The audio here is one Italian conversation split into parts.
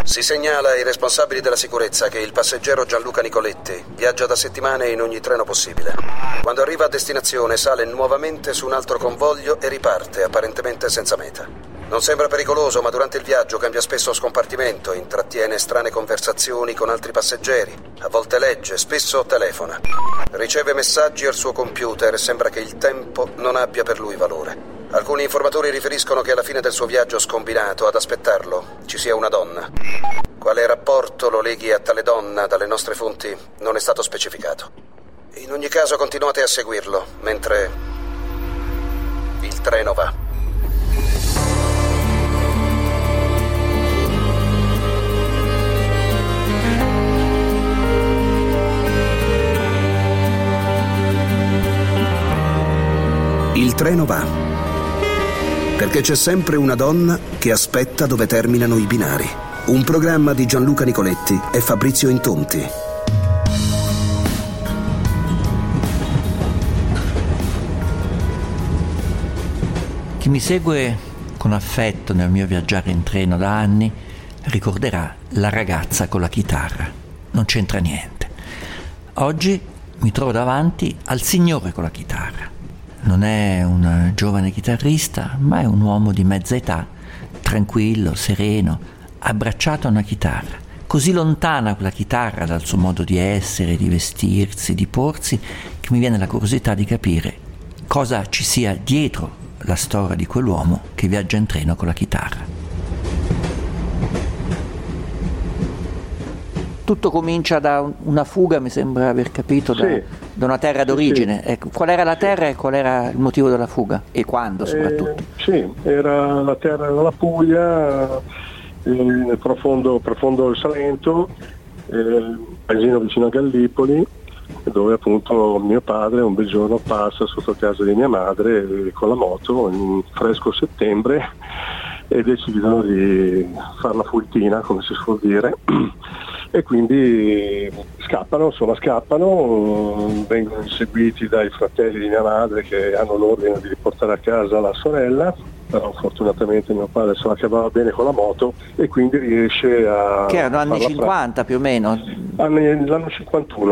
Si segnala ai responsabili della sicurezza che il passeggero Gianluca Nicoletti viaggia da settimane in ogni treno possibile. Quando arriva a destinazione sale nuovamente su un altro convoglio e riparte, apparentemente senza meta. Non sembra pericoloso, ma durante il viaggio cambia spesso scompartimento, intrattiene strane conversazioni con altri passeggeri, a volte legge, spesso telefona. Riceve messaggi al suo computer e sembra che il tempo non abbia per lui valore. Alcuni informatori riferiscono che alla fine del suo viaggio scombinato ad aspettarlo ci sia una donna. Quale rapporto lo leghi a tale donna dalle nostre fonti non è stato specificato. In ogni caso continuate a seguirlo mentre il treno va. Il treno va. Perché c'è sempre una donna che aspetta dove terminano i binari. Un programma di Gianluca Nicoletti e Fabrizio Intonti. Chi mi segue con affetto nel mio viaggiare in treno da anni ricorderà la ragazza con la chitarra. Non c'entra niente. Oggi mi trovo davanti al signore con la chitarra. Non è un giovane chitarrista, ma è un uomo di mezza età, tranquillo, sereno, abbracciato a una chitarra. Così lontana quella chitarra dal suo modo di essere, di vestirsi, di porsi, che mi viene la curiosità di capire cosa ci sia dietro la storia di quell'uomo che viaggia in treno con la chitarra. Tutto comincia da una fuga, mi sembra aver capito, da una terra d'origine. Sì. Ecco, qual era la terra e qual era il motivo della fuga? E quando soprattutto? Sì, era la terra della Puglia, nel profondo del Salento, paesino vicino a Gallipoli, dove appunto mio padre un bel giorno passa sotto casa di mia madre con la moto in un fresco settembre e decidono di fare la fultina, come si suol dire, e quindi scappano, vengono inseguiti dai fratelli di mia madre che hanno l'ordine di riportare a casa la sorella, però fortunatamente mio padre se la cavava bene con la moto e quindi riesce a... Che erano anni 50 più o meno? L'anno 51,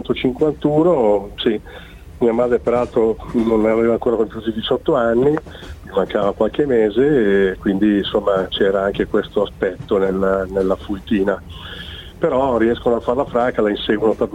1951, sì. Mia madre peraltro non aveva ancora compiuto 18 anni, mancava qualche mese e quindi insomma c'era anche questo aspetto nella fultina. Però riescono a farla franca, li inseguono per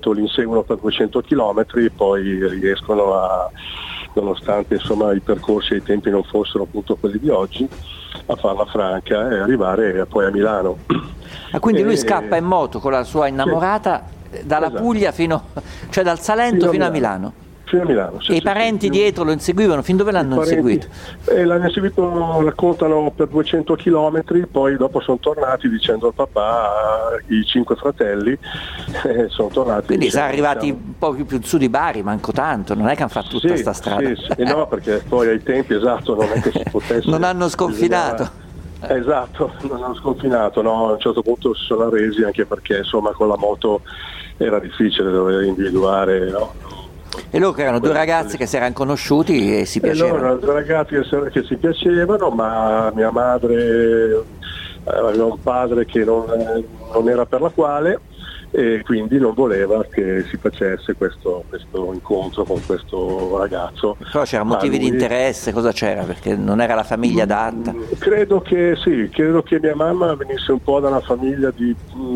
200 chilometri, poi riescono a, nonostante insomma i percorsi ai tempi non fossero appunto quelli di oggi, a farla franca e arrivare poi a Milano. Ah, quindi lui scappa in moto con la sua innamorata dalla Puglia cioè dal Salento fino a Milano. Fino a Milano. E i parenti dietro lo inseguivano? Fin dove l'hanno inseguito? L'hanno inseguito, raccontano, per 200 chilometri, poi dopo sono tornati dicendo al papà, i 5 fratelli, sono tornati. Quindi sono arrivati un po' più su di Bari, manco tanto, non è che hanno fatto tutta questa strada. Sì, no, perché poi ai tempi, esatto, non è che si potesse... non hanno sconfinato. Esatto, non hanno sconfinato, no, a un certo punto si sono arresi anche perché insomma con la moto era difficile dover individuare, no? E loro erano due ragazzi che si erano conosciuti e si piacevano. Loro erano due ragazzi che si piacevano, ma mia madre aveva un padre che non era per la quale e quindi non voleva che si facesse questo incontro con questo ragazzo. Però c'erano motivi di interesse, cosa c'era? Perché non era la famiglia adatta? Credo che mia mamma venisse un po' da una famiglia di...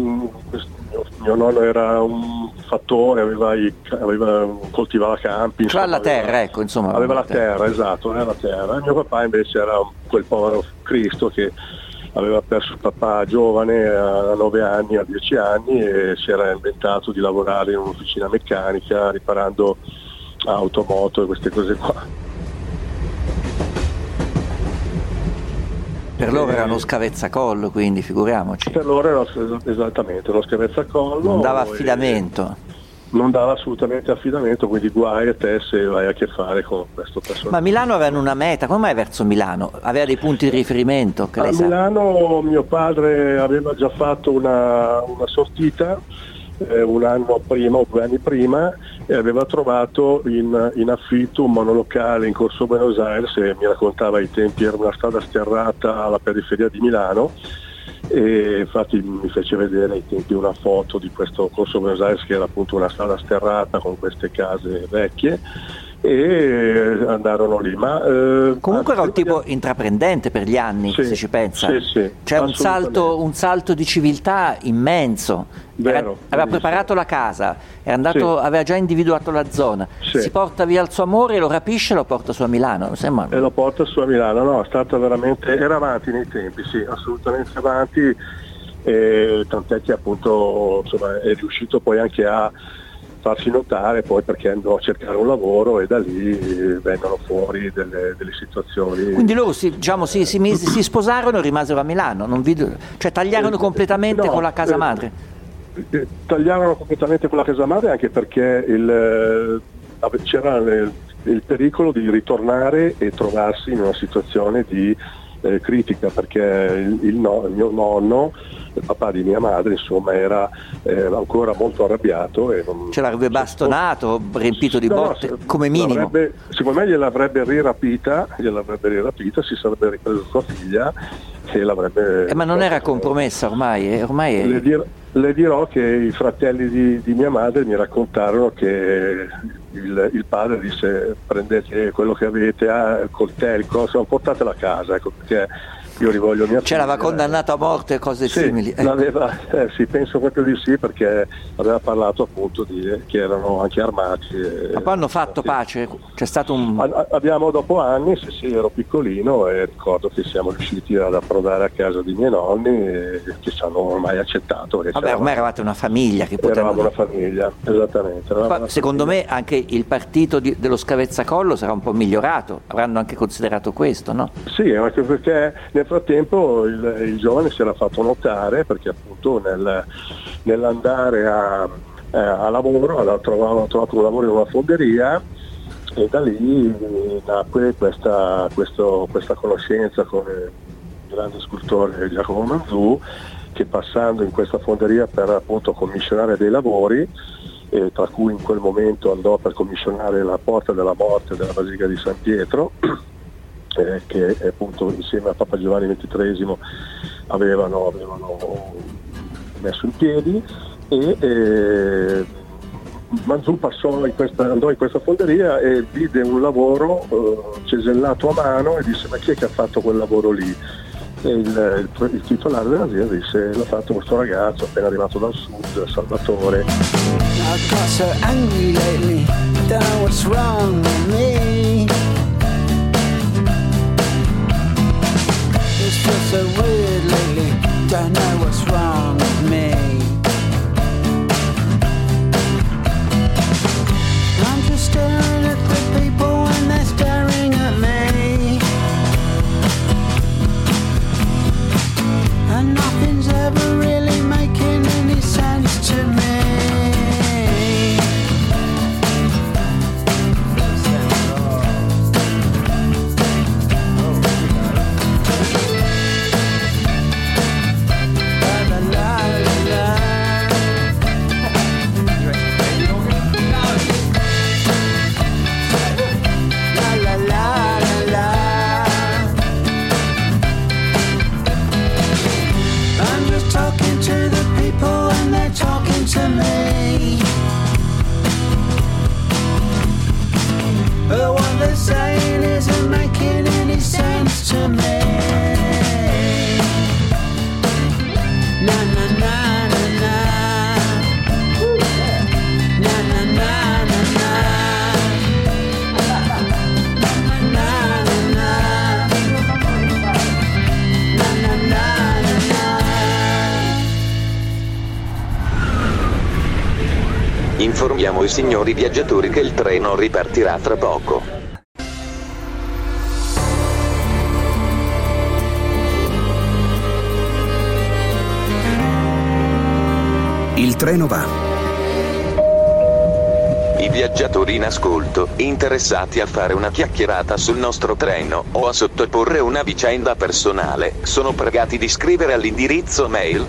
mio nonno era un fattore, coltivava campi. Cioè la terra, ecco, insomma. Aveva la terra, esatto, era la terra. E mio papà invece era quel povero Cristo che aveva perso il papà giovane a 9 anni, a 10 anni e si era inventato di lavorare in un'officina meccanica riparando auto, moto e queste cose qua. Per loro era uno scavezzacollo, quindi figuriamoci. Per loro era esattamente uno scavezzacollo. Non dava affidamento. Non dava assolutamente affidamento, quindi guai a te se vai a che fare con questo personaggio. Ma Milano aveva una meta, come mai verso Milano? Aveva dei punti di riferimento? Che lei Milano mio padre aveva già fatto una sortita un anno prima o 2 anni prima e aveva trovato in affitto un monolocale in Corso Buenos Aires e mi raccontava ai tempi era una strada sterrata alla periferia di Milano e infatti mi fece vedere ai tempi una foto di questo Corso Buenos Aires, che era appunto una strada sterrata con queste case vecchie, e andarono lì. Ma comunque era un tipo intraprendente per gli anni, sì, se ci pensa. sì, c'è un salto di civiltà immenso. Vero, aveva preparato la casa, era andato, aveva già individuato la zona, si porta via il suo amore, lo rapisce e lo porta su a Milano. E lo porta su a Milano, no, è stata veramente, era avanti nei tempi, sì, assolutamente avanti, tant'è che appunto insomma, è riuscito poi anche a farsi notare, poi perché andò a cercare un lavoro e da lì vengono fuori delle situazioni. Quindi loro si sposarono e rimasero a Milano, cioè tagliarono completamente con la casa madre? Tagliarono completamente con la casa madre, anche perché c'era il pericolo di ritornare e trovarsi in una situazione di critica, perché il mio nonno, il papà di mia madre, insomma, era ancora molto arrabbiato e ce l'avrebbe bastonato, riempito di botte, come minimo. Secondo me gliel'avrebbe rirapita, si sarebbe ripreso sua figlia e l'avrebbe... ma non era compromessa ormai. Le dirò che i fratelli di mia madre mi raccontarono che il padre disse: prendete quello che avete, coltelli, portatela a casa, ecco, perché io rivoglio mia figlia. L'aveva condannato a morte e cose simili. Sì, penso proprio di sì, perché aveva parlato appunto che erano anche armati. Ma poi hanno fatto pace? C'è stato Abbiamo, dopo anni, sì, ero piccolino e ricordo che siamo riusciti ad approdare a casa di miei nonni che ci hanno ormai accettato. Ormai eravate una famiglia che eravamo una famiglia, esattamente. Secondo me anche il partito dello Scavezzacollo sarà un po' migliorato, avranno anche considerato questo, no? Sì, anche perché nel frattempo il giovane si era fatto notare, perché appunto nell'andare a lavoro aveva trovato un lavoro in una fonderia, e da lì nacque questa conoscenza con il grande scultore Giacomo Manzù, che passando in questa fonderia per appunto commissionare dei lavori, tra cui in quel momento andò per commissionare la Porta della Morte della Basilica di San Pietro, che appunto insieme a Papa Giovanni XXIII avevano messo in piedi, e Manzù andò in questa fonderia e vide un lavoro cesellato a mano e disse: ma chi è che ha fatto quel lavoro lì? E il titolare dell'azienda disse: l'ha fatto questo ragazzo appena arrivato dal sud, Salvatore. So weird lately, don't know what's wrong with me. I'm just staring at the people and they're staring at me, and nothing's ever really making any sense to me. But what they're saying isn't making any sense to me. Na na na na na. Na na na na na. Na na na na. Na na na na na. Informiamo i signori viaggiatori che il treno ripartirà tra poco. Il treno va. I viaggiatori in ascolto, interessati a fare una chiacchierata sul nostro treno o a sottoporre una vicenda personale, sono pregati di scrivere all'indirizzo mail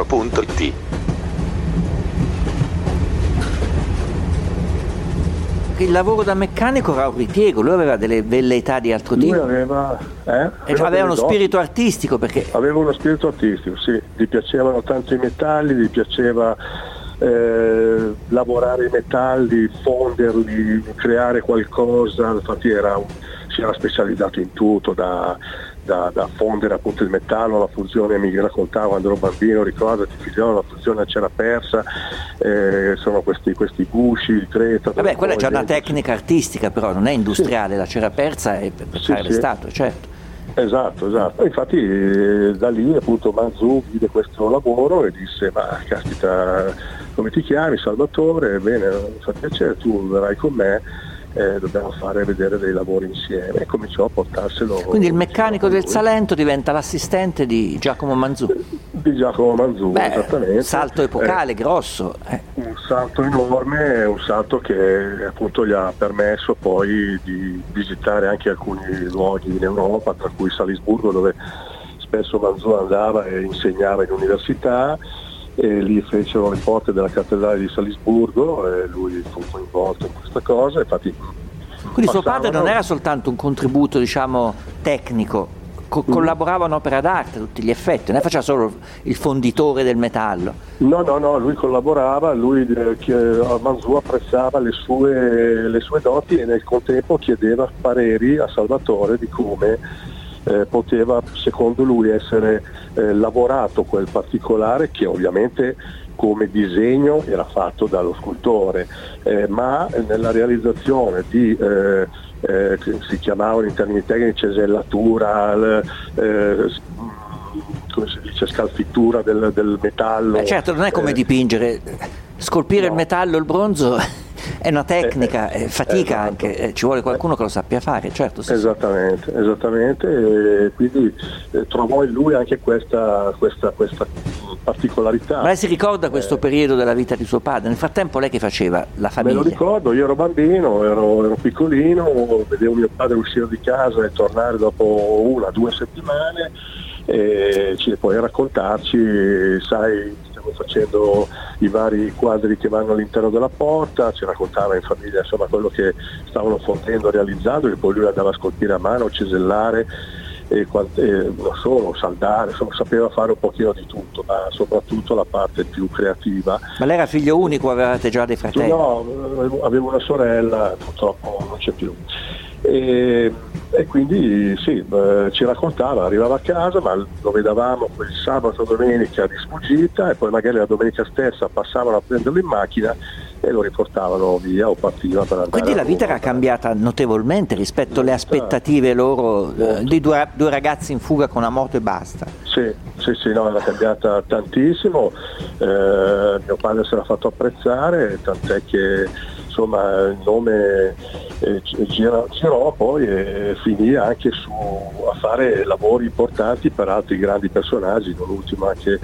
iltrenova@radio24.it. il lavoro da meccanico era un ripiego, lui aveva delle velleità di altro tipo. Lui aveva uno spirito artistico, perché... Aveva uno spirito artistico, sì, gli piacevano tanto i metalli, gli piaceva lavorare i metalli, fonderli, creare qualcosa, infatti si era specializzato in tutto, da fondere appunto il metallo, la fusione, mi raccontava quando ero bambino, ricordati figliolo, la fusione c'era persa, sono questi gusci, il creta. Vabbè, quella è già una tecnica artistica, però non è industriale, sì. La cera persa è per fare le statue, certo. Esatto. Infatti da lì appunto Manzù vide questo lavoro e disse: ma caspita, come ti chiami? Salvatore? Bene, mi fa piacere, tu verrai con me. Dobbiamo fare vedere dei lavori insieme, e cominciò a portarselo. Quindi il meccanico del Salento diventa l'assistente di Giacomo Manzù. Di Giacomo Manzù, esattamente. Un salto epocale, grosso. Un salto enorme, un salto che appunto gli ha permesso poi di visitare anche alcuni luoghi in Europa, tra cui Salisburgo, dove spesso Manzù andava e insegnava in università, e lì fecero le porte della cattedrale di Salisburgo e lui fu coinvolto in questa cosa. Infatti, quindi suo padre non era soltanto un contributo, diciamo, tecnico, collaborava a un'opera d'arte a tutti gli effetti, non faceva solo il fonditore del metallo. No, lui collaborava, Manzù apprezzava le sue doti e nel contempo chiedeva pareri a Salvatore di come poteva, secondo lui, essere lavorato quel particolare, che ovviamente come disegno era fatto dallo scultore, ma nella realizzazione di si chiamavano in termini tecnici cesellatura, come si dice, scalfittura del metallo. Certo, non è come dipingere, scolpire il metallo, il bronzo è una tecnica, fatica, esatto. Anche ci vuole qualcuno che lo sappia fare, certo. Sì. Esattamente, e quindi trovò in lui anche questa particolarità. Ma lei si ricorda questo periodo della vita di suo padre? Nel frattempo lei che faceva? La famiglia? Me lo ricordo, io ero bambino, ero piccolino, vedevo mio padre uscire di casa e tornare dopo 1 o 2 settimane e poi raccontarci, sai, stiamo facendo i vari quadri che vanno all'interno della porta, ci raccontava in famiglia insomma quello che stavano fondendo, realizzando, e poi lui andava a scolpire a mano, cesellare e non solo, saldare, insomma sapeva fare un pochino di tutto, ma soprattutto la parte più creativa. Ma lei era figlio unico o avevate già dei fratelli? No, avevo una sorella, purtroppo non c'è più. E quindi sì, ci raccontava, arrivava a casa, ma lo vedavamo quel sabato, domenica di sfuggita, e poi magari la domenica stessa passavano a prenderlo in macchina e lo riportavano via o partiva per andare. Quindi la vita era cambiata notevolmente rispetto alle aspettative loro di due ragazzi in fuga con una moto e basta. Sì, no, era cambiata tantissimo, mio padre si era fatto apprezzare, tant'è che insomma il nome girò poi e finì anche a fare lavori importanti per altri grandi personaggi, non ultimo anche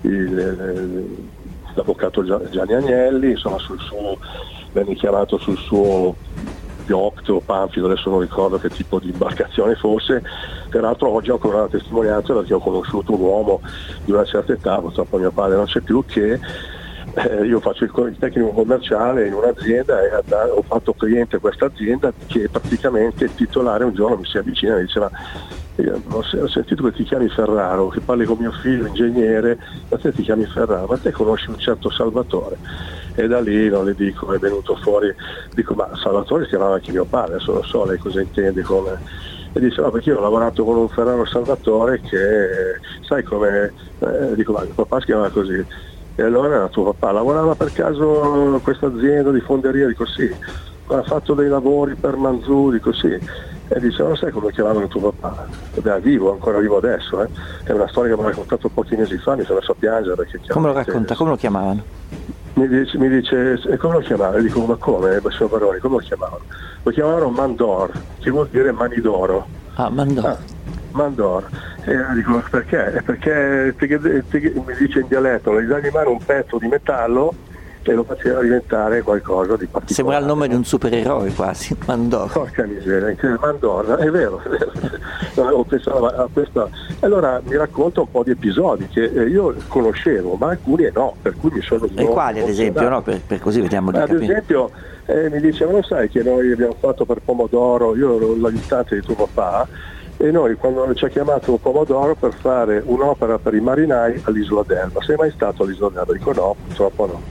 l'avvocato Gianni Agnelli, insomma venne chiamato sul suo yacht o panfilo, adesso non ricordo che tipo di imbarcazione fosse. Peraltro oggi ho ancora una testimonianza, perché ho conosciuto un uomo di una certa età, purtroppo mio padre non c'è più, che io faccio il tecnico commerciale in un'azienda e ho fatto cliente a questa azienda, che praticamente il titolare un giorno mi si avvicina e mi diceva: ho sentito che ti chiami Ferraro, che parli con mio figlio ingegnere, ma te ti chiami Ferraro, ma te conosci un certo Salvatore? E da lì, non le dico, è venuto fuori, dico: ma Salvatore si chiamava anche mio padre, adesso non so lei cosa intende come. E dice: no, perché io ho lavorato con un Ferraro Salvatore che, sai come, dico: ma il papà si chiamava così. E allora tuo papà lavorava per caso questa azienda di fonderia? Dico: sì. Ha fatto dei lavori per Manzù? Dico: sì. E dice: non sai come chiamavano tuo papà? È vivo, ancora vivo adesso, È una storia che mi ha raccontato pochi mesi fa, mi sono messo a piangere perché. Come lo racconta? Come lo chiamavano? Mi dice e come lo chiamavano? Dico: ma come? Signor Baroni, come lo chiamavano? Lo chiamavano Mandor, che vuol dire mani d'oro. Ah, Mandor. Mandor. E dico: perché? Perché mi dice in dialetto, gli dai in mano un pezzo di metallo e lo faceva diventare qualcosa di particolare. Sembra il nome di un supereroe quasi, Mandorra. Porca miseria, Mandorra, è vero. Ho pensato a questo. Allora mi racconta un po' di episodi che io conoscevo, ma alcuni no, per cui mi sono... E quali ad esempio? No? Per così vediamo di capire. Ad esempio mi diceva, non sai che noi abbiamo fatto per Pomodoro, io ero l'aiutante di tuo papà, e noi quando ci ha chiamato Pomodoro per fare un'opera per i marinai all'Isola d'Elba. Sei mai stato all'Isola d'Elba? Dico no, purtroppo no.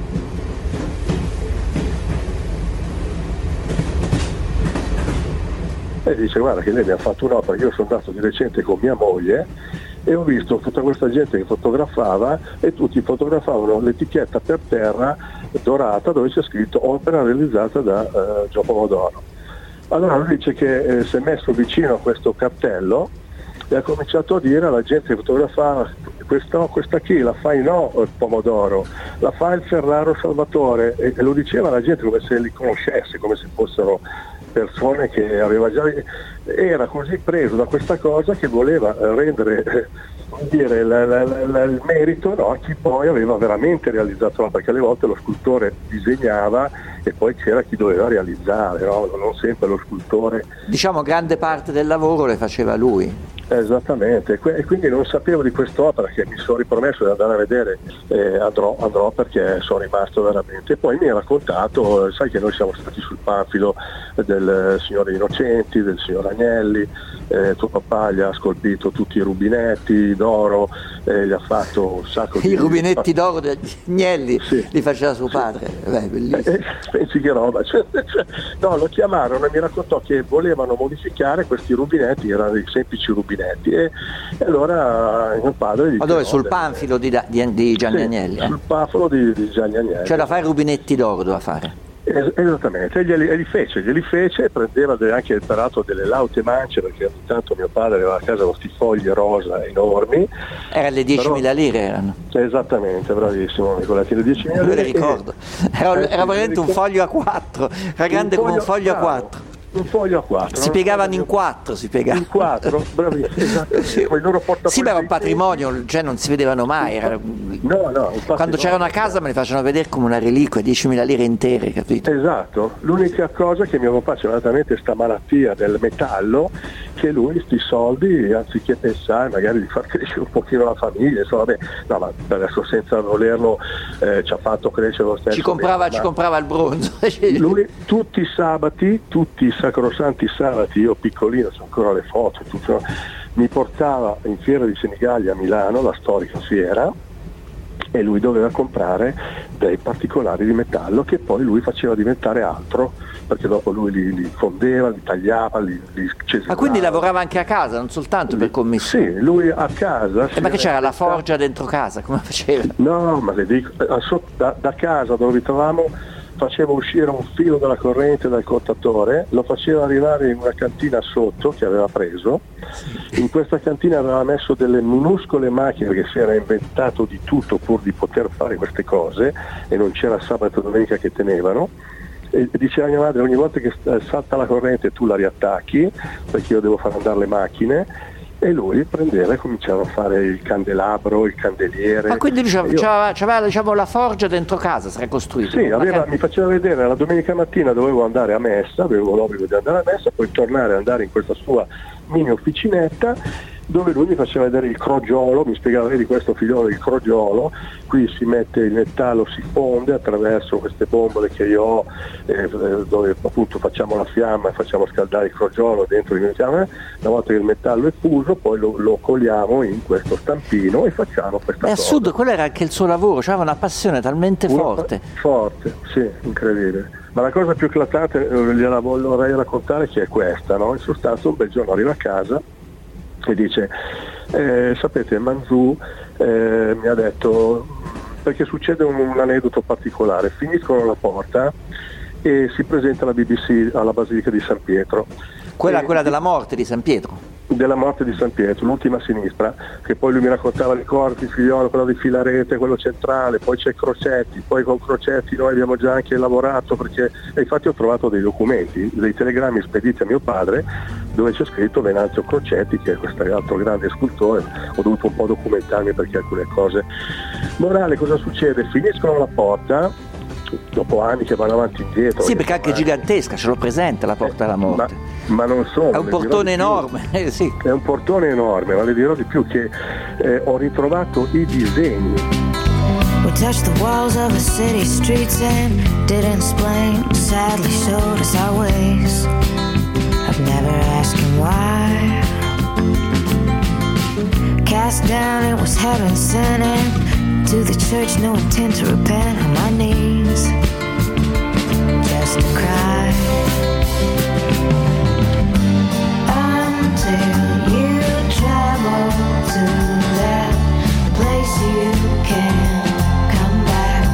E dice, guarda che lei abbiamo fatto un'opera, io sono andato di recente con mia moglie e ho visto tutta questa gente che fotografava e tutti fotografavano l'etichetta per terra dorata dove c'è scritto opera realizzata da Gio Pomodoro. Allora lui dice che si è messo vicino a questo cartello e ha cominciato a dire alla gente che fotografava, questa qui la fa il Pomodoro, la fa il Ferraro Salvatore, e lo diceva alla gente come se li conoscesse, come se fossero persone che aveva già... Era così preso da questa cosa che voleva rendere il merito a chi poi aveva veramente realizzato, perché alle volte lo scultore disegnava e poi c'era chi doveva realizzare, no? Non sempre lo scultore. Diciamo grande parte del lavoro le faceva lui. Esattamente, e quindi non sapevo di quest'opera che mi sono ripromesso di andare a vedere, andrò perché sono rimasto veramente. E poi mi ha raccontato, sai che noi siamo stati sul panfilo del Signore Innocenti, del signor Agnelli, tuo papà gli ha scolpito tutti i rubinetti d'oro, gli ha fatto un sacco di... I rubinetti d'oro di Agnelli, sì. Li faceva suo padre, bellissimo. Pensi che roba, no, lo chiamarono e mi raccontò che volevano modificare questi rubinetti, erano dei semplici rubinetti, e allora mio padre dice, ma dove? Sul panfilo di Gianni Agnelli? Sul panfilo di Gianni Agnelli. Cioè da fare rubinetti d'oro doveva fare? Esattamente, e glieli fece, prendeva anche peraltro delle laute mance, perché ogni tanto mio padre aveva a casa questi fogli rosa enormi. Erano le 10.000 lire erano. Esattamente, bravissimo Nicoletti, le 10.000 lire. Io le ricordo, era veramente un foglio A4, era grande come un foglio A4. Un foglio A4. Si piegavano in 4, In 4, bravissimo, esattamente. Sì, sì, ma era un patrimonio, cioè non si vedevano mai. No, quando c'erano a casa me li facevano vedere come una reliquia, 10.000 lire intere, capito? Esatto, l'unica cosa che mio papà c'era veramente sta malattia del metallo, che lui sti soldi, anziché pensare magari di far crescere un pochino la famiglia, insomma, no, ma adesso senza volerlo ci ha fatto crescere lo stesso. Ci comprava il bronzo. Lui tutti i sabati, tutti i sacrosanti sabati, io piccolino, c'ho ancora le foto, tutto, mi portava in Fiera di Senigallia a Milano, la storica fiera, e lui doveva comprare dei particolari di metallo che poi lui faceva diventare altro, perché dopo lui li fondeva, li tagliava, li ceselava. Ma quindi lavorava anche a casa, non soltanto per commissione? Sì, lui a casa. Ma che c'era la forgia dentro casa, come faceva? No, ma le dico, da casa dove abitavamo faceva uscire un filo della corrente dal contatore, lo faceva arrivare in una cantina sotto che aveva preso. In questa cantina aveva messo delle minuscole macchine, perché si era inventato di tutto pur di poter fare queste cose, e non c'era sabato e domenica che tenevano. E diceva mia madre, ogni volta che salta la corrente tu la riattacchi, perché io devo far andare le macchine. E lui prendeva e cominciava a fare il candelabro, il candeliere. Ma quindi lui c'aveva diciamo, la forgia dentro casa, si era costruito? Sì, mi faceva vedere, la domenica mattina dovevo andare a messa, avevo l'obbligo di andare a messa, poi tornare ad andare in questa sua mini officinetta, dove lui mi faceva vedere il crogiolo, mi spiegava, vedi questo figliolo, il crogiolo, qui si mette il metallo, si fonde attraverso queste bombole che io ho, dove appunto facciamo la fiamma e facciamo scaldare il crogiolo dentro una volta che il metallo è fuso poi lo coliamo in questo stampino e facciamo questa cosa. È assurdo, quello era anche il suo lavoro, aveva una passione talmente forte. Forte, sì, incredibile. Ma la cosa più eclatante gliela vorrei raccontare, che è questa, no? In sostanza un bel giorno arriva a casa e dice, sapete, Manzù mi ha detto, perché succede un aneddoto particolare, finiscono la porta e si presenta la BBC alla Basilica di San Pietro. Quella della morte di San Pietro? Della morte di San Pietro, l'ultima a sinistra, che poi lui mi raccontava, ricordi figliolo, quello di Filarete, quello centrale, poi c'è Crocetti, poi con Crocetti noi abbiamo già anche lavorato, perché infatti ho trovato dei documenti, dei telegrammi spediti a mio padre dove c'è scritto Venanzio Crocetti, che è questo altro grande scultore. Ho dovuto un po' documentarmi perché alcune cose. Morale, cosa succede? Finiscono la porta dopo anni che vanno avanti e indietro. Sì, perché anche gigantesca, ce l'ho presente la Porta della Morte. Ma non solo. È un portone enorme, sì. È un portone enorme, ma le dirò di più che ho ritrovato i disegni. We touched the walls of the city streets and didn't explain, sadly showed us our ways. I've never asked him why. Cast down, it was heaven sent, and to the church, no intent to repent. On my knees, just to cry. Until you travel to that place you can come back,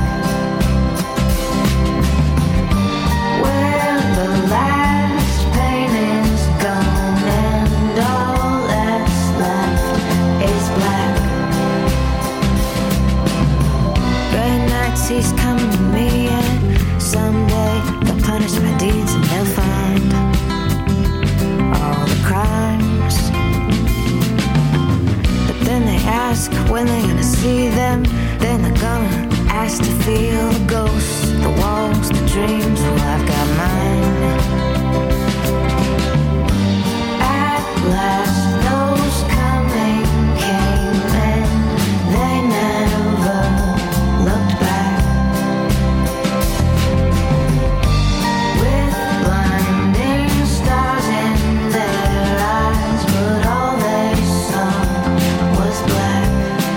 where the last pain is gone and all that's left is black. Gray nights he's coming to me, and someday they'll punish my deeds and they'll find all the crimes. But then they ask when they're gonna see them. Then they're gonna ask to feel the ghosts, the walls, the dreams. Well, I've got mine. At last those coming came and they never looked back. With blinding stars in their eyes, but all they saw was black.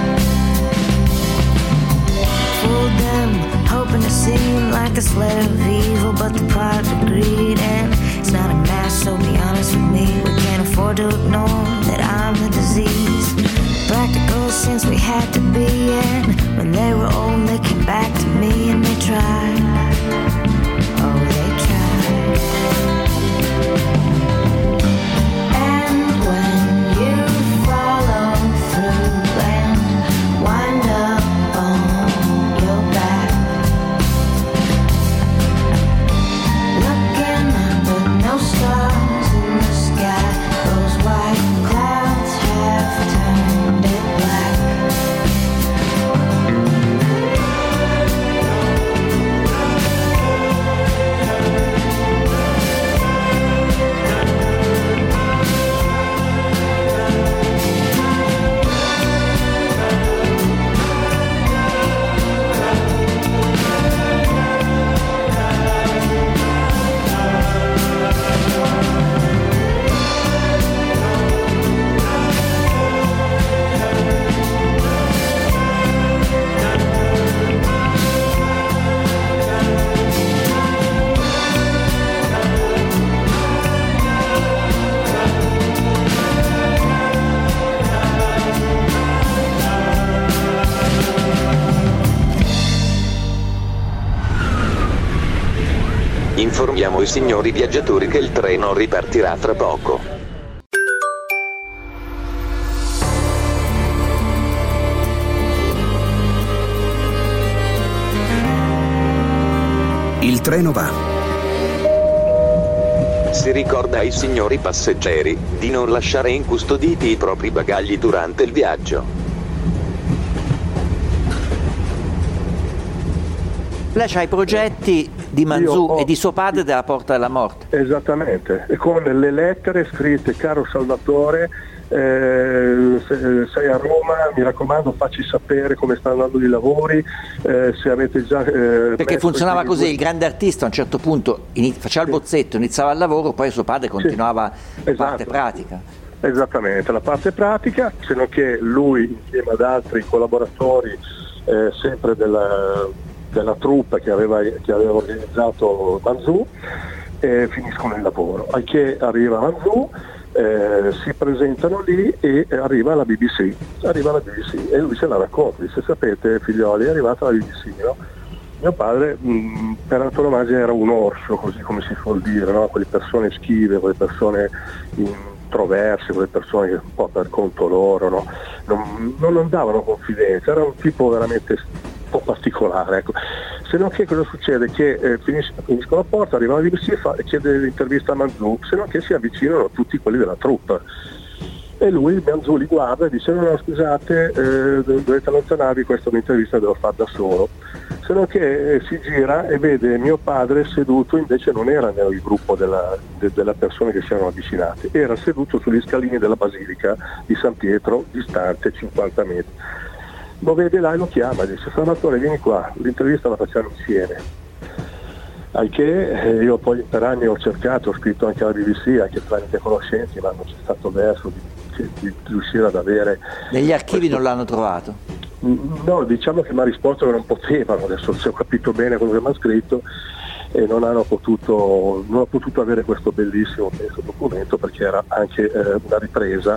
Fooled them, hoping to seem like a slayer of evil, but the product of greed, and it's not a mask, so be honest with me. We can't afford to ignore that I'm the disease. Practical since we had to be, and when they were old they came back to me and they tried. Oh, they tried. And when you follow through and wind up on your back, looking up but no stars in the sky, those white clouds have turned it black. Informiamo i signori viaggiatori che il treno ripartirà tra poco. Il treno va. Si ricorda ai signori passeggeri di non lasciare incustoditi i propri bagagli durante il viaggio. Lei c'ha i progetti di Manzù e di suo padre della Porta della Morte. Esattamente, e con le lettere scritte: caro Salvatore, sei a Roma, mi raccomando facci sapere come stanno andando i lavori, se avete già perché funzionava così, il grande artista a un certo punto faceva il bozzetto, iniziava il lavoro, poi suo padre continuava la parte pratica. Esattamente, la parte pratica, se non che lui insieme ad altri collaboratori sempre della troupe che aveva organizzato Manzù, finiscono il lavoro. Al che arriva Manzù, si presentano lì e arriva la BBC e lui se la racconta, dice: sapete figlioli, è arrivata la BBC, no? Mio padre per antonomasia era un orso, così come si suol dire, no? Quelle persone schive, quelle persone introverse, quelle persone che un po' per conto loro, no? non davano confidenza, era un tipo veramente un po' particolare, ecco. Se no che cosa succede? Che finiscono la porta, arriva la BBC e chiede l'intervista a Manzù, se no che si avvicinano tutti quelli della troupe. E lui, Manzù, li guarda e dice: no, scusate, dovete allontanarvi, questa è un'intervista, devo fare da solo. Se non che si gira e vede mio padre seduto, invece non era nel gruppo della persone che si erano avvicinate, era seduto sugli scalini della Basilica di San Pietro, distante 50 metri. Lo vede là e lo chiama, dice: Salvatore, vieni qua, l'intervista la facciamo insieme. Al che io poi per anni ho cercato, ho scritto anche alla BBC, anche tramite conoscenti, ma non c'è stato verso di riuscire ad avere... Negli archivi non l'hanno trovato? No, diciamo che mi ha risposto che non potevano, adesso se ho capito bene quello che mi ha scritto, e non ho potuto avere questo bellissimo documento, perché era anche una ripresa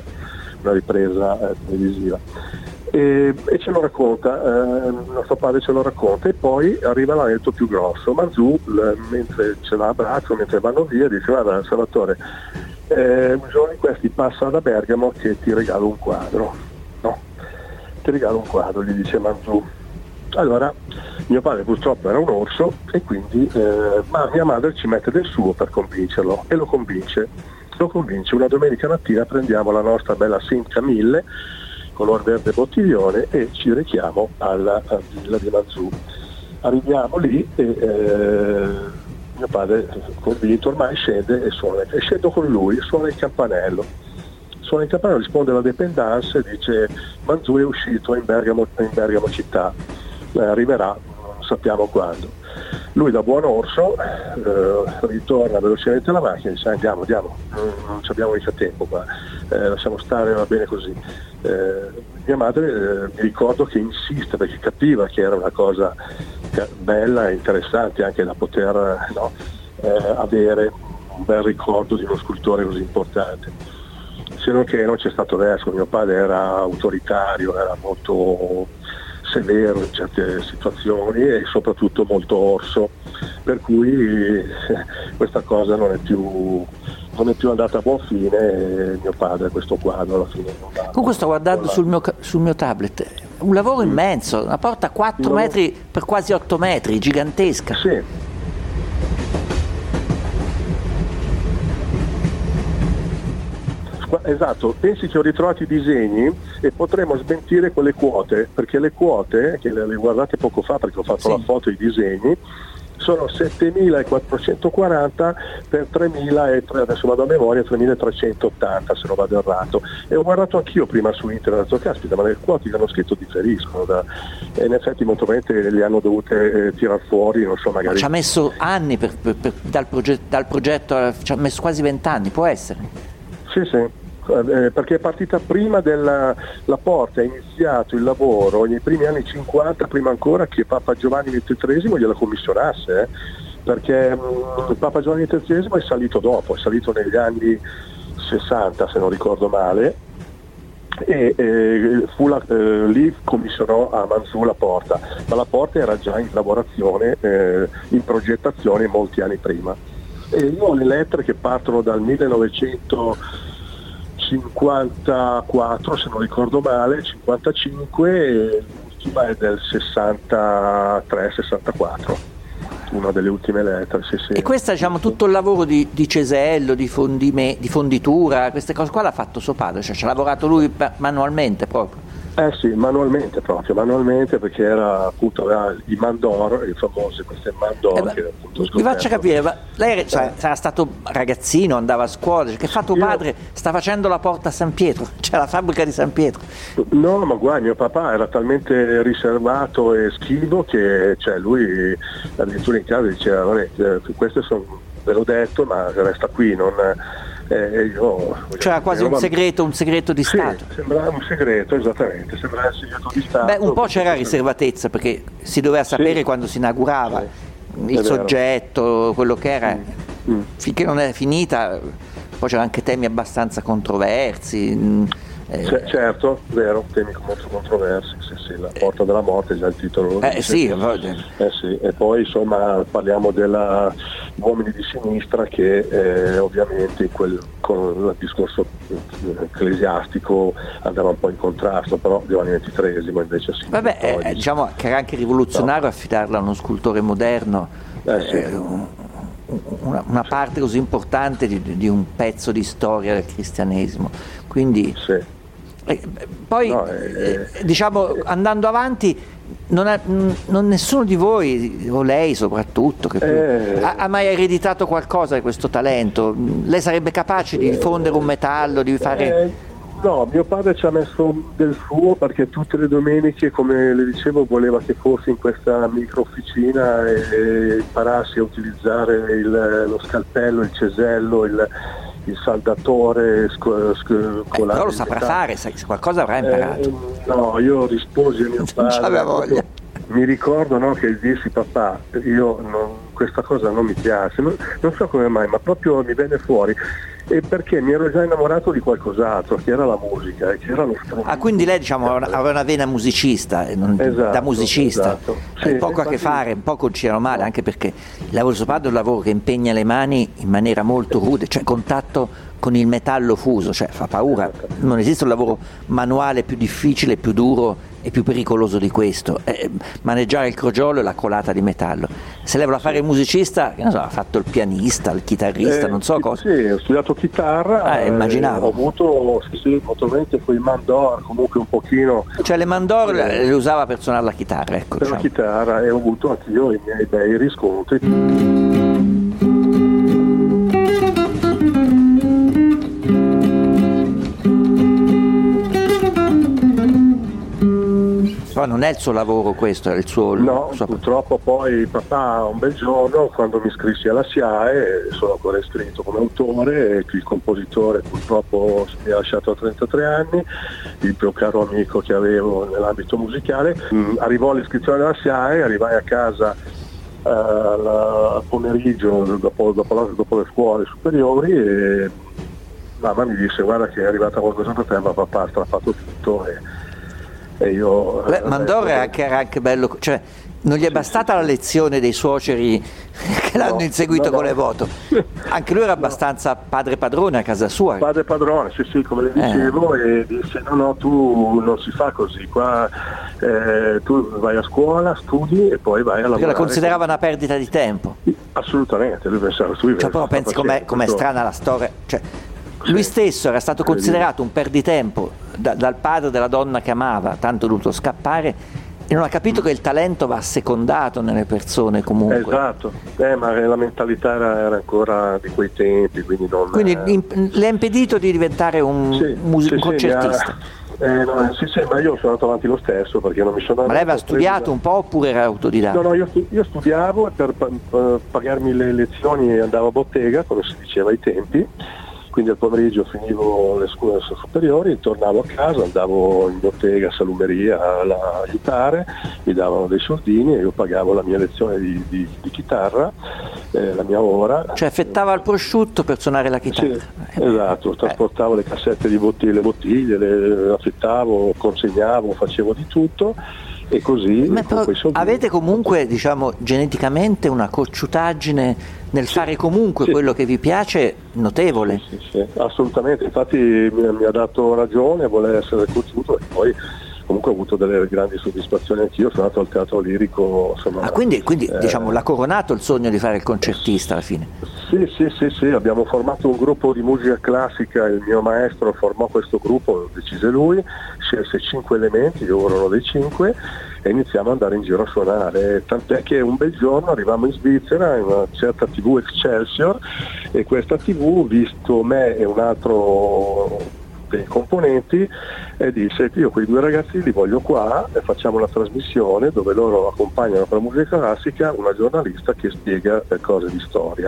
televisiva. E ce lo racconta, nostro padre ce lo racconta, e poi arriva l'aneddoto più grosso. Manzù, mentre ce l'ha a braccio, mentre vanno via, dice: guarda Salvatore, un giorno di questi passa da Bergamo che ti regalo un quadro. Ti regalo un quadro, gli dice Manzù. Allora mio padre purtroppo era un orso, e quindi ma mia madre ci mette del suo per convincerlo, e lo convince. Una domenica mattina prendiamo la nostra bella Simca 1000 color verde bottiglione e ci rechiamo alla villa di Manzù. Arriviamo lì e mio padre, convinto ormai, scende e scendo con lui, suona il campanello, risponde alla dépendance e dice: Manzù è uscito in Bergamo città, arriverà, non sappiamo quando. Lui, da buon orso, ritorna velocemente alla macchina e dice: andiamo, non abbiamo mica tempo qua, lasciamo stare, va bene così. Mia madre, mi ricordo che insiste, perché capiva che era una cosa bella e interessante anche da poter avere un bel ricordo di uno scultore così importante. Se non che non c'è stato verso, mio padre era autoritario, era molto severo in certe situazioni e soprattutto molto orso, per cui questa cosa non è più andata a buon fine, e mio padre questo quadro alla fine non l'ha. Comunque sto guardando sul mio tablet, un lavoro immenso, una porta 4 metri per quasi 8 metri, gigantesca. Sì. Esatto, pensi che ho ritrovato i disegni e potremo smentire quelle quote, perché le quote, che le guardate poco fa perché ho fatto la foto e i disegni, sono 7.440 per 3.000, adesso vado a memoria, 3.380 se non vado errato. E ho guardato anch'io prima su internet, ho detto: caspita, ma le quote che hanno scritto differiscono, e in effetti molto probabilmente le hanno dovute tirar fuori, non so, magari. Ci ha messo anni dal progetto, ci ha messo quasi 20 anni, può essere? Sì. Perché è partita prima la porta, è iniziato il lavoro nei primi anni 50, prima ancora che Papa Giovanni XIII gliela commissionasse, perché Papa Giovanni XIII è salito dopo, è salito negli anni 60 se non ricordo male, e lì commissionò a Manzù la porta, ma la porta era già in lavorazione, in progettazione molti anni prima. E io ho le lettere che partono dal 1954 se non ricordo male, 55, e l'ultima è del 63-64, una delle ultime lettere. Sì. E questa, diciamo, tutto il lavoro di cesello, di fonditura, queste cose qua l'ha fatto suo padre, cioè ci ha lavorato lui manualmente proprio? Sì, manualmente, perché era appunto i mandor, i famosi, questi mandor che appunto mi faccia capire, ma lei sarà stato ragazzino, andava a scuola, che fa tuo padre? Sta facendo la porta a San Pietro, c'è la fabbrica di San Pietro. No, ma guarda, mio papà era talmente riservato e schivo che lui addirittura in casa diceva: queste sono, ve l'ho detto, ma resta qui, non... C'era quasi un segreto di Stato. Sembrava un segreto, esattamente, sembrava un segreto di Stato. Un po' c'era riservatezza, perché si doveva sapere quando si inaugurava il soggetto, quello che era. Finché non è finita, poi c'erano anche temi abbastanza controversi. Certo, vero, temi molto controversi, sì, la porta della morte è già il titolo. Sì. E poi insomma parliamo della uomini di sinistra che ovviamente con il discorso ecclesiastico andava un po' in contrasto, però Giovanni XIII invece sì. Diciamo che era anche rivoluzionario affidarla a uno scultore moderno. una parte così importante di un pezzo di storia del cristianesimo. Quindi poi diciamo, andando avanti, non nessuno di voi, o lei soprattutto, ha mai ereditato qualcosa di questo talento? Lei sarebbe capace di diffondere un metallo, di fare... No, mio padre ci ha messo del suo, perché tutte le domeniche, come le dicevo, voleva che fossi in questa micro officina e imparassi a utilizzare lo scalpello, il cesello, il saldatore, però lo saprà fare, qualcosa avrà imparato. No, io risposi a mio padre. Non c'aveva voglia. Mi ricordo, no, che dissi: papà, questa cosa non mi piace, non so come mai, ma proprio mi venne fuori. E perché mi ero già innamorato di qualcos'altro, che era la musica, che era lo strumento. Quindi lei, diciamo, aveva una vena musicista, da musicista. Esatto. Sì, poco a che fare, un po' conciliano male, anche perché il lavoro di suo padre è un lavoro che impegna le mani in maniera molto rude, cioè contatto con il metallo fuso, cioè fa paura. Non esiste un lavoro manuale più difficile, più duro e più pericoloso di questo. Maneggiare il crogiolo e la colata di metallo. Se lei voleva fare il musicista, che non so, ha fatto il pianista, il chitarrista, non so cosa. Sì, ho studiato chitarra, immaginavo. Ho avuto naturalmente quei mandor, comunque un pochino. Cioè le mandor le usava per suonare la chitarra, ecco. Per la chitarra, e ho avuto anch'io i miei bei riscontri. Però non è il suo lavoro questo, è il suo... No, purtroppo poi papà un bel giorno, quando mi iscrissi alla SIAE, sono ancora iscritto come autore, e il compositore purtroppo mi ha lasciato a 33 anni, il più caro amico che avevo nell'ambito musicale. Arrivò l'iscrizione alla SIAE, arrivai a casa al pomeriggio dopo le scuole superiori e mamma mi disse: guarda che è arrivata qualcosa per te, ma papà ha strappato tutto e io... Mandor era anche bello, cioè non gli è bastata la lezione dei suoceri che l'hanno inseguito con le moto, anche lui era abbastanza padre padrone a casa sua. Padre padrone, sì, come le dicevo, e disse: no, tu non si fa così, qua tu vai a scuola, studi e poi vai a lavorare. Perché la considerava una perdita di tempo. Assolutamente, lui pensava però pensi com'è strana la storia, cioè lui stesso era stato considerato un perditempo dal padre della donna che amava, tanto dovuto scappare, e non ha capito che il talento va assecondato nelle persone comunque. Esatto, ma la mentalità era ancora di quei tempi, quindi non... Quindi le ha impedito di diventare un concertista? Sì, ma io sono andato avanti lo stesso, perché non mi sono... Ma lei aveva studiato un po' oppure era autodidatta? No, io studiavo, e per pagarmi le lezioni andavo a bottega, come si diceva ai tempi. Quindi al pomeriggio finivo le scuole superiori, tornavo a casa, andavo in bottega, salumeria a aiutare, mi davano dei soldini e io pagavo la mia lezione di chitarra, la mia ora. Cioè affettava il prosciutto per suonare la chitarra? Sì, esatto, trasportavo le cassette di le bottiglie, le affittavo, consegnavo, facevo di tutto. E così avete comunque, diciamo, geneticamente una cocciutaggine nel fare comunque quello che vi piace notevole. Sì, assolutamente, infatti mi ha dato ragione a voler essere cocciuto, e poi comunque ho avuto delle grandi soddisfazioni anch'io, sono andato al teatro lirico, insomma. Quindi diciamo l'ha coronato il sogno di fare il concertista alla fine? Sì, abbiamo formato un gruppo di musica classica, il mio maestro formò questo gruppo, lo decise lui, scelse 5 elementi, io ero uno dei 5, e iniziamo ad andare in giro a suonare, tant'è che un bel giorno arrivammo in Svizzera, in una certa TV Excelsior, e questa TV, visto me e un altro dei componenti, e disse: io quei 2 ragazzi li voglio qua, e facciamo una trasmissione dove loro accompagnano per la musica classica una giornalista che spiega cose di storia.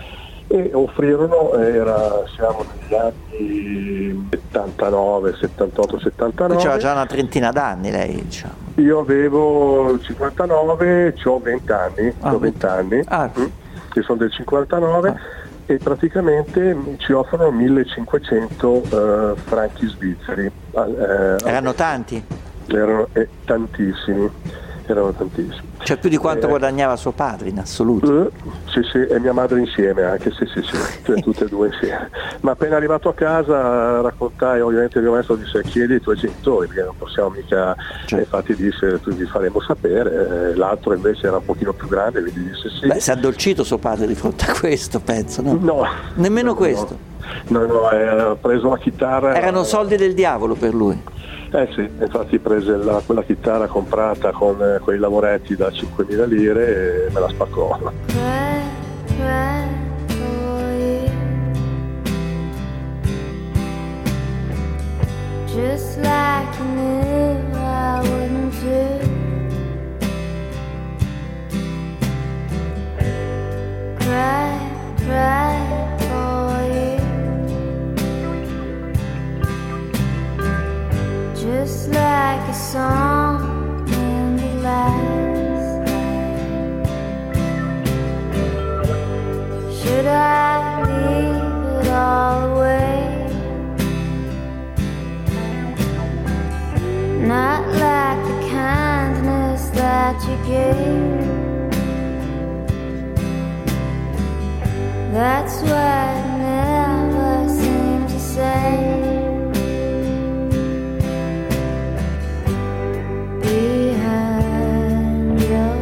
E offrirono, siamo negli anni 79, 78, 79. C'era già una trentina d'anni lei, diciamo. Io avevo 59, ho 20 anni, che sono del 59, e praticamente ci offrono 1500 franchi svizzeri. Erano tanti? Erano tantissimi. erano tantissimi. Cioè più di quanto guadagnava suo padre in assoluto. Sì, e mia madre insieme anche, sì, cioè tutte e due insieme. Ma appena arrivato a casa raccontai, ovviamente il mio maestro disse chiedi ai tuoi genitori, perché non possiamo mica, infatti disse vi faremo sapere, l'altro invece era un pochino più grande, quindi disse sì. Beh, si è addolcito suo padre di fronte a questo, penso, no? No. Nemmeno questo? No, ha preso la chitarra. Erano soldi del diavolo per lui. Sì, infatti prese quella chitarra comprata con quei lavoretti da 5.000 lire e me la spaccò. Just like you knew I wouldn't do. Cry for you. Just like a song in the last night. Should I leave it all away? Not like the kindness that you gave. That's what I never seem to say. Behind your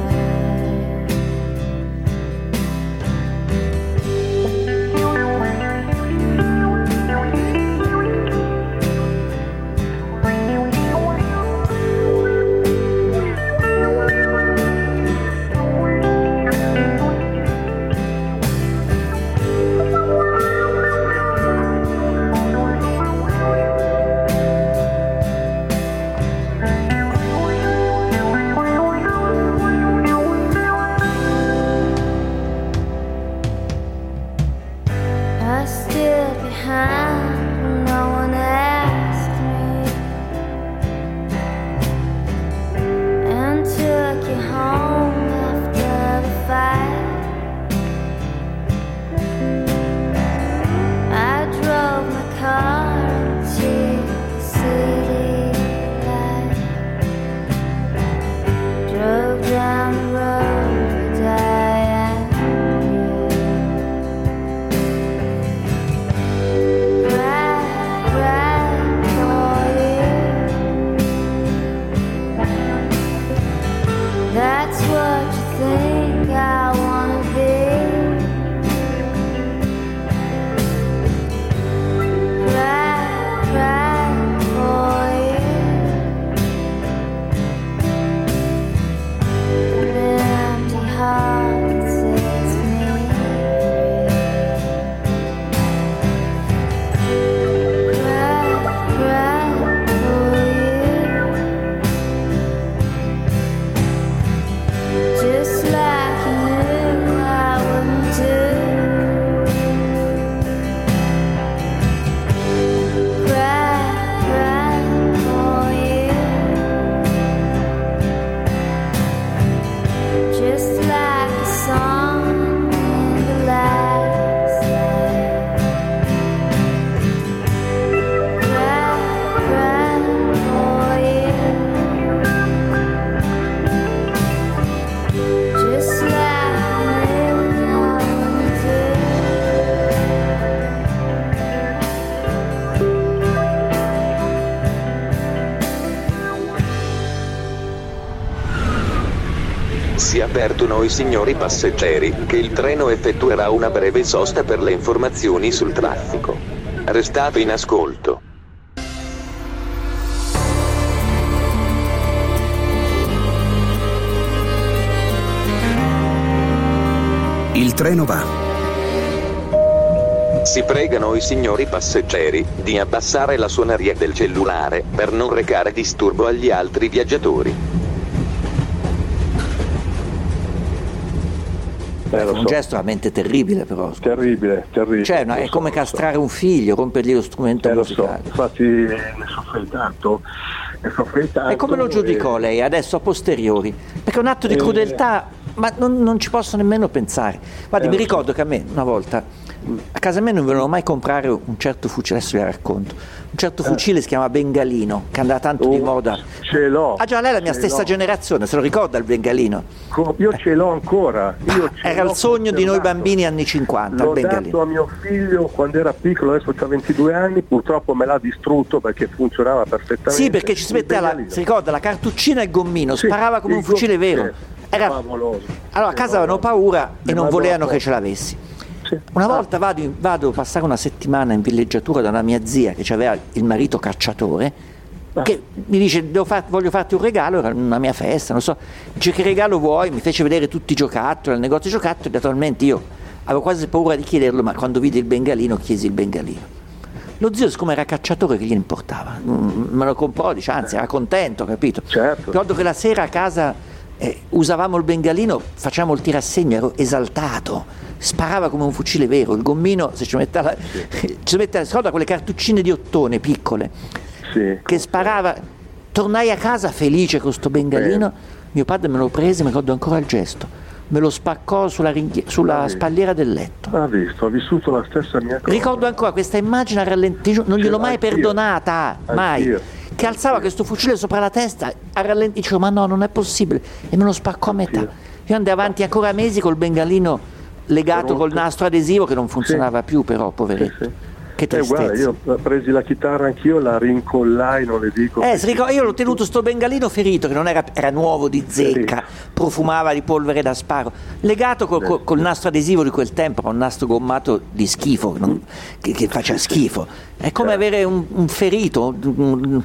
Si avvertono i signori passeggeri che il treno effettuerà una breve sosta per le informazioni sul traffico. Restate in ascolto. Il treno va. Si pregano i signori passeggeri di abbassare la suoneria del cellulare per non recare disturbo agli altri viaggiatori. È un gesto veramente terribile, però. Terribile. Cioè, è come castrare un figlio, rompergli lo strumento musicale. Infatti ne soffrì tanto. E come lo giudicò lei adesso a posteriori? Perché è un atto di crudeltà, ma non ci posso nemmeno pensare. Guardi, mi ricordo che a me una volta a casa mia non volevano mai comprare un certo fucile, adesso vi racconto. Un certo fucile si chiama Bengalino, che andava tanto di moda ce l'ho. Ah già, lei è la mia stessa generazione, se lo ricorda il bengalino? Io ce l'ho ancora. Era il sogno di noi bambini anni 50. L'ho il bengalino. dato a mio figlio quando era piccolo, adesso ha 22 anni, purtroppo me l'ha distrutto perché funzionava perfettamente. Sì, perché ci si metteva, si ricorda, la cartuccina e il gommino, sparava come un fucile vero. Era favoloso. Allora a casa avevano paura e non volevano che ce l'avessi. Sì. Una volta vado a passare una settimana in villeggiatura da una mia zia che aveva il marito cacciatore, che mi dice voglio farti un regalo, era una mia festa, non so, dice che regalo vuoi, mi fece vedere tutti i giocattoli al negozio di giocattoli, naturalmente io avevo quasi paura di chiederlo, ma quando vidi il bengalino chiesi il bengalino. Lo zio, siccome era cacciatore, che gli importava, me lo comprò, dice, anzi era contento, capito? Certo. Ricordo che la sera a casa usavamo il bengalino, facciamo il tirassegno, ero esaltato, sparava come un fucile vero, il gommino se ci metteva ricorda quelle cartuccine di ottone piccole, che sparava, tornai a casa felice con sto bengalino, mio padre me lo prese, mi ricordo ancora il gesto, me lo spaccò sulla spalliera del letto. Ha visto, ho vissuto la stessa mia cosa. Ricordo ancora questa immagine a rallenti, non gliel'ho mai perdonata, mai. Che alzava questo fucile sopra la testa a rallenti, dicevo ma no, non è possibile, e me lo spaccò a metà. Io andai avanti ancora mesi col bengalino legato col nastro adesivo che non funzionava più, però poveretto. Che tristezza. Guarda, io presi la chitarra anch'io, la rincollai, non le dico. Io l'ho tenuto sto bengalino ferito, che non era nuovo di zecca, profumava di polvere da sparo, legato col nastro adesivo di quel tempo, un nastro gommato di schifo, che faceva schifo. È come avere un ferito, un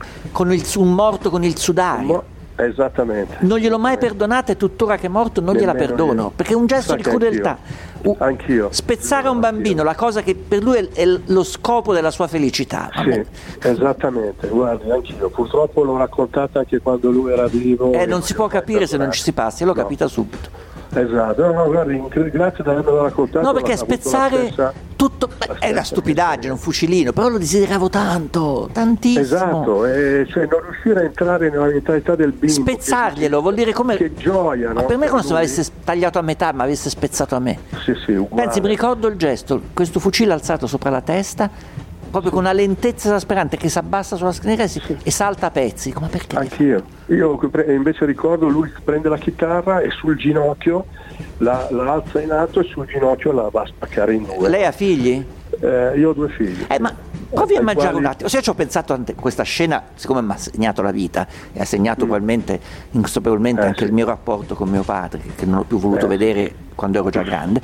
morto con il sudario. Esattamente. Non gliel'ho mai perdonata e tuttora che è morto non gliela perdono, perché è un gesto di crudeltà. Anch'io. Spezzare a un bambino la cosa che per lui è lo scopo della sua felicità. Sì, esattamente, guardi, anch'io. Purtroppo l'ho raccontata anche quando lui era vivo. Non si può capire se non ci si passi, l'ho capita subito. Esatto, no, guardi, grazie di avermelo raccontato. No, perché spezzare tutto è una stupidaggine, un fucilino, però lo desideravo tanto, tantissimo. Esatto, cioè non riuscire a entrare nella mentalità del bimbo. Spezzarglielo vuol dire come. Che gioia, no? Ma per me come se mi avesse tagliato a metà, ma avesse spezzato a me. Sì, uguale. Pensi, mi ricordo il gesto, questo fucile alzato sopra la testa, proprio con una lentezza esasperante che si abbassa sulla schiena e salta a pezzi. Ma perché? Anch'io. Io invece ricordo lui prende la chitarra e sul ginocchio la alza in alto e sul ginocchio la va a spaccare in due. Lei ha figli? Io ho 2 figli. Ma provi a immaginare un attimo, se io ci ho pensato a questa scena, siccome mi ha segnato la vita e ha segnato probabilmente inconsapevolmente anche il mio rapporto con mio padre, che non ho più voluto vedere quando ero già grande.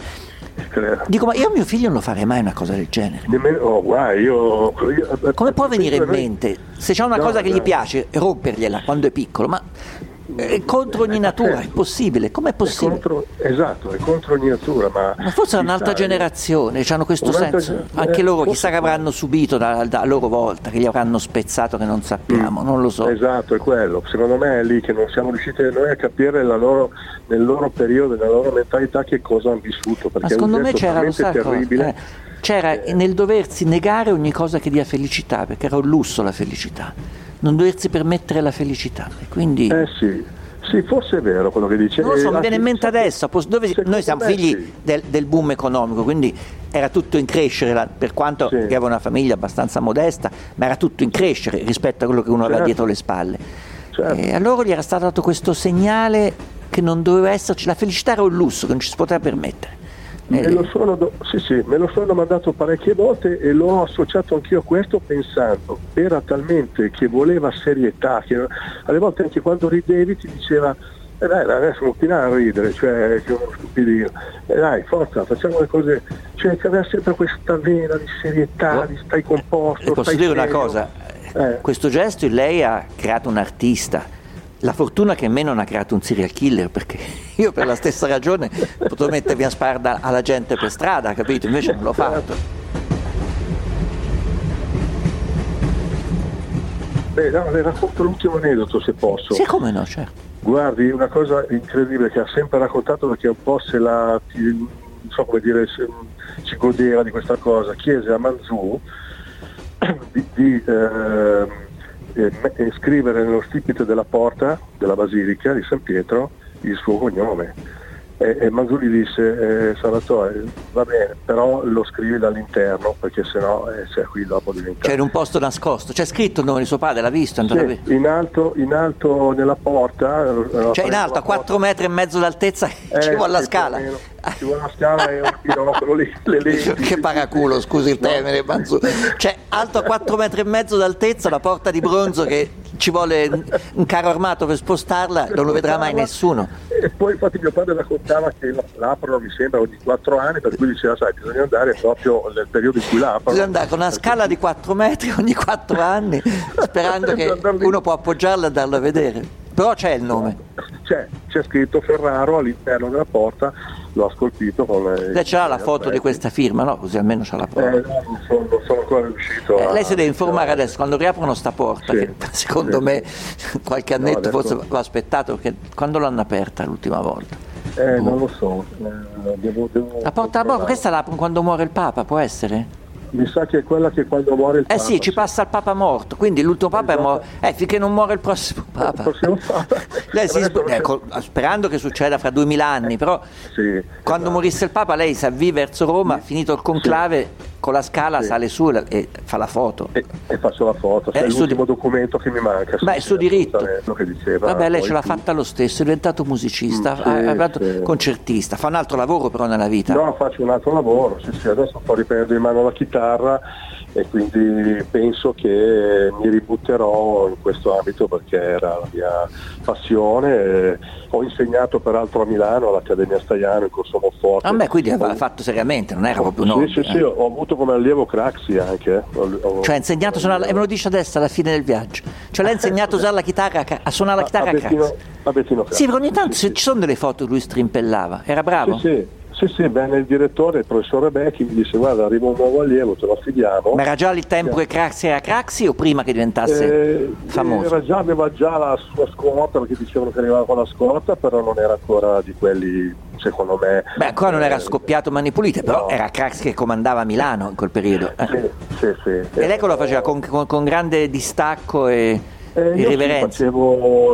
Dico, ma io a mio figlio non lo farei mai una cosa del genere. Come può venire in mente, se c'è una cosa che gli piace, rompergliela quando è piccolo, ma è contro ogni natura, è possibile, com'è possibile? Esatto, è contro ogni natura, ma forse è un'altra generazione, hanno questo senso, anche loro chissà che avranno subito da loro volta, che gli avranno spezzato che non sappiamo, non lo so. Esatto, è quello, secondo me è lì che non siamo riusciti noi a capire nel loro periodo, nella loro mentalità che cosa hanno vissuto, perché ma secondo me c'era lo terribile. C'era nel doversi negare ogni cosa che dia felicità, perché era un lusso la felicità, non doversi permettere la felicità, e quindi sì, forse è vero quello che dice. Non lo so, mi viene in mente adesso, noi siamo figli del boom economico, quindi era tutto in crescere, per quanto che aveva una famiglia abbastanza modesta, ma era tutto in crescere rispetto a quello che uno aveva dietro le spalle. E a loro gli era stato dato questo segnale che non doveva esserci, la felicità era un lusso che non ci si poteva permettere. Me lo sono domandato parecchie volte e l'ho associato anch'io a questo pensando, era talmente che voleva serietà, che alle volte anche quando ridevi ti diceva dai, adesso non ti dà a ridere, cioè che uno stupidino, dai forza, facciamo le cose, cioè che aveva sempre questa vena di serietà, di stai composto. Posso dire una cosa, questo gesto in lei ha creato un artista. La fortuna che in me non ha creato un serial killer, perché io per la stessa ragione potevo mettermi a sparare alla gente per strada, capito? Invece non l'ho fatto. Le racconto l'ultimo aneddoto se posso. Sì, come no, certo. Guardi, una cosa incredibile che ha sempre raccontato, perché un po' non so come dire, ci godeva di questa cosa, chiese a Manzù di scrivere nello stipite della porta della Basilica di San Pietro il suo cognome, E Manzulli disse: Salvatore, va bene, però lo scrivi dall'interno, perché sennò qui dopo diventa. C'è in un posto nascosto, c'è scritto il nome di suo padre, l'ha visto? Sì, in alto nella porta. Cioè in alto, a 4 metri e mezzo d'altezza, ci vuole la scala. Ci vuole la scala e un binocolo, le lenti. Che paraculo, scusi il termine, Manzulli. Cioè alto a 4 metri e mezzo d'altezza, la porta di bronzo che ci vuole un carro armato per spostarla, non lo vedrà mai nessuno. E poi infatti mio padre raccontava che l'aprono, mi sembra, ogni 4 anni, per cui diceva, sai, bisogna andare proprio nel periodo in cui l'aprono. Bisogna andare con una scala di 4 metri ogni 4 anni, sperando che uno può appoggiarla e andarlo a vedere. Però c'è il nome. C'è scritto Ferraro all'interno della porta, l'ho scolpito con... Lei ce l'ha la foto di questa firma, no? Così almeno c'ha la prova. No, non sono ancora riuscito lei si deve informare adesso, quando riaprono sta porta, che secondo me qualche annetto forse va aspettato, perché quando l'hanno aperta l'ultima volta? Non lo so. La porta alla borsa, questa la quando muore il Papa, può essere? Mi sa che è quella che quando muore il Papa. Sì, ci passa il Papa morto, quindi l'ultimo Papa è morto. Finché non muore il prossimo Papa. Lei sperando che succeda fra 2000 anni, però quando morisse il Papa lei si avvia verso Roma, finito il conclave, con la scala sale su e fa la foto. E faccio la foto, è l'ultimo documento che mi manca. Ma è il suo diritto. Che diceva, vabbè, lei ce l'ha fatta lo stesso, è diventato musicista, concertista, fa un altro lavoro però nella vita. No, faccio un altro lavoro, adesso sto riprendendo in mano la chitarra e quindi penso che mi ributterò in questo ambito perché era la mia passione. Ho insegnato peraltro a Milano all'Accademia Staiano in Corso Monforte. A me quindi aveva fatto seriamente, non era proprio un hobby. Sì, ho avuto come allievo Craxi anche. Cioè ha insegnato a suonare, e me lo dice adesso alla fine del viaggio, cioè lei ha insegnato a usare la chitarra, a suonare la chitarra a Craxi. A Bettino Craxi. Sì, però ogni tanto ci sono delle foto che lui strimpellava, era bravo? Sì, bene, il direttore, il professore Becchi, mi disse: guarda, arriva un nuovo allievo, te lo affidiamo. Ma era già il tempo che Craxi era Craxi o prima che diventasse famoso? Aveva già la sua scorta, perché dicevano che arrivava con la scorta, però non era ancora di quelli, secondo me. Beh, ancora non era scoppiato Mani Pulite, però era Craxi che comandava Milano in quel periodo. Sì. E lei lo faceva con grande distacco e irriverenza. Facevo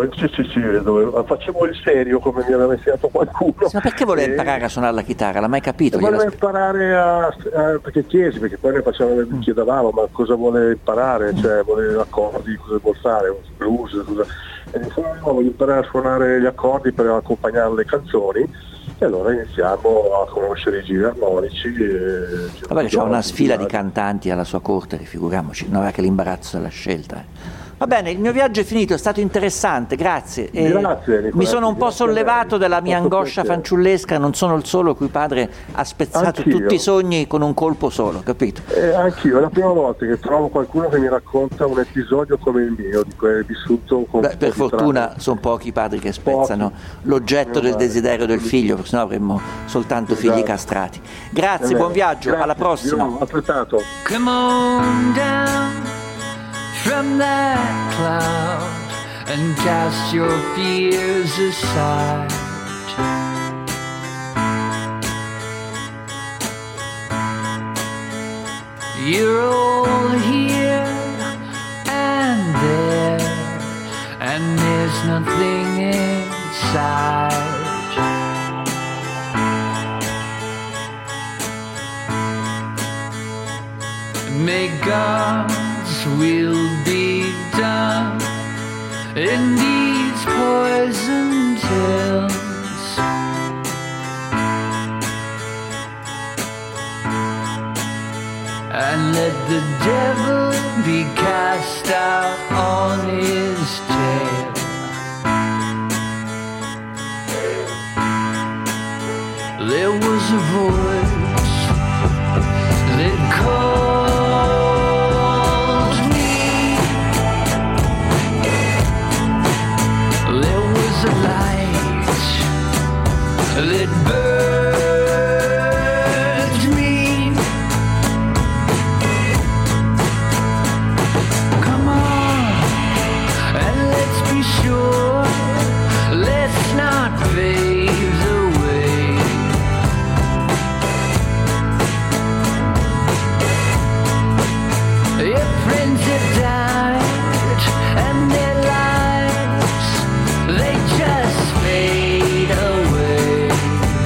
il serio, come mi aveva insegnato qualcuno. Ma perché voleva imparare a suonare la chitarra? L'ha mai capito? Voleva imparare perché chiesi, perché poi noi chiedevamo ma cosa vuole imparare, cioè vuole accordi, cosa vuole fare, blues, e diceva no, voglio imparare a suonare gli accordi per accompagnare le canzoni. E allora iniziamo a conoscere i giri armonici. Vabbè, c'è una sfila di cantanti alla sua corte, figuriamoci, non aveva che l'imbarazzo della scelta. Va bene, il mio viaggio è finito, è stato interessante, grazie. Grazie, mi sono un po' sollevato dalla mia angoscia fanciullesca, non sono il solo cui padre ha spezzato tutti i sogni con un colpo solo, capito? Anch'io, è la prima volta che trovo qualcuno che mi racconta un episodio come il mio, di cui hai vissuto con... Per fortuna sono pochi i padri che spezzano l'oggetto del desiderio del figlio, perché sennò avremmo soltanto figli castrati. Grazie, buon viaggio, alla prossima. Altrettanto. Come on down from that cloud and cast your fears aside. You're all here and there, and there's nothing inside. May God's will be done in these poisoned hills, and let the devil be cast out on his tail. There was a voice that called a light that burned me. Come on, and let's be sure, let's not pave the way. Your friends have died, and their lives, they just fade away.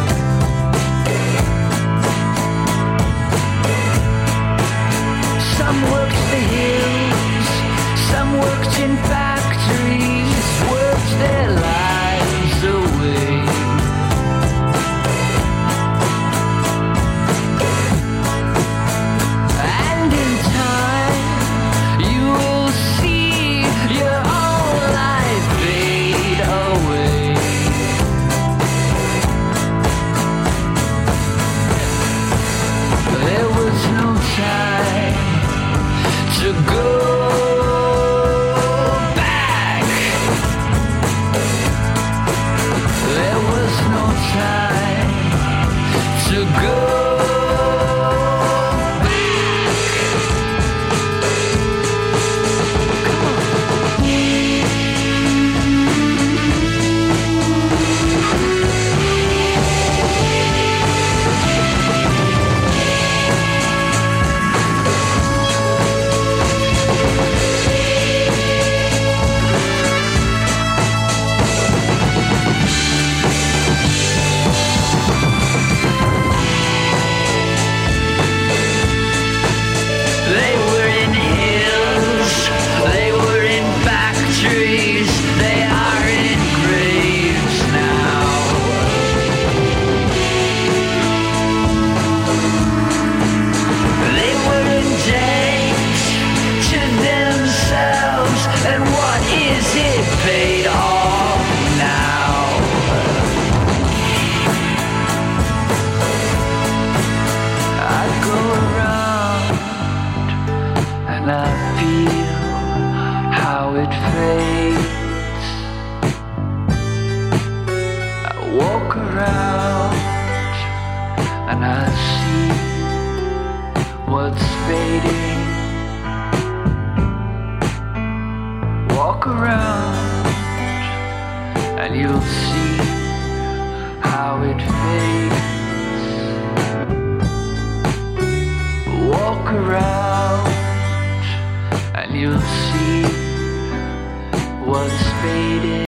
and you'll see how it fades. Walk around and you'll see what's faded.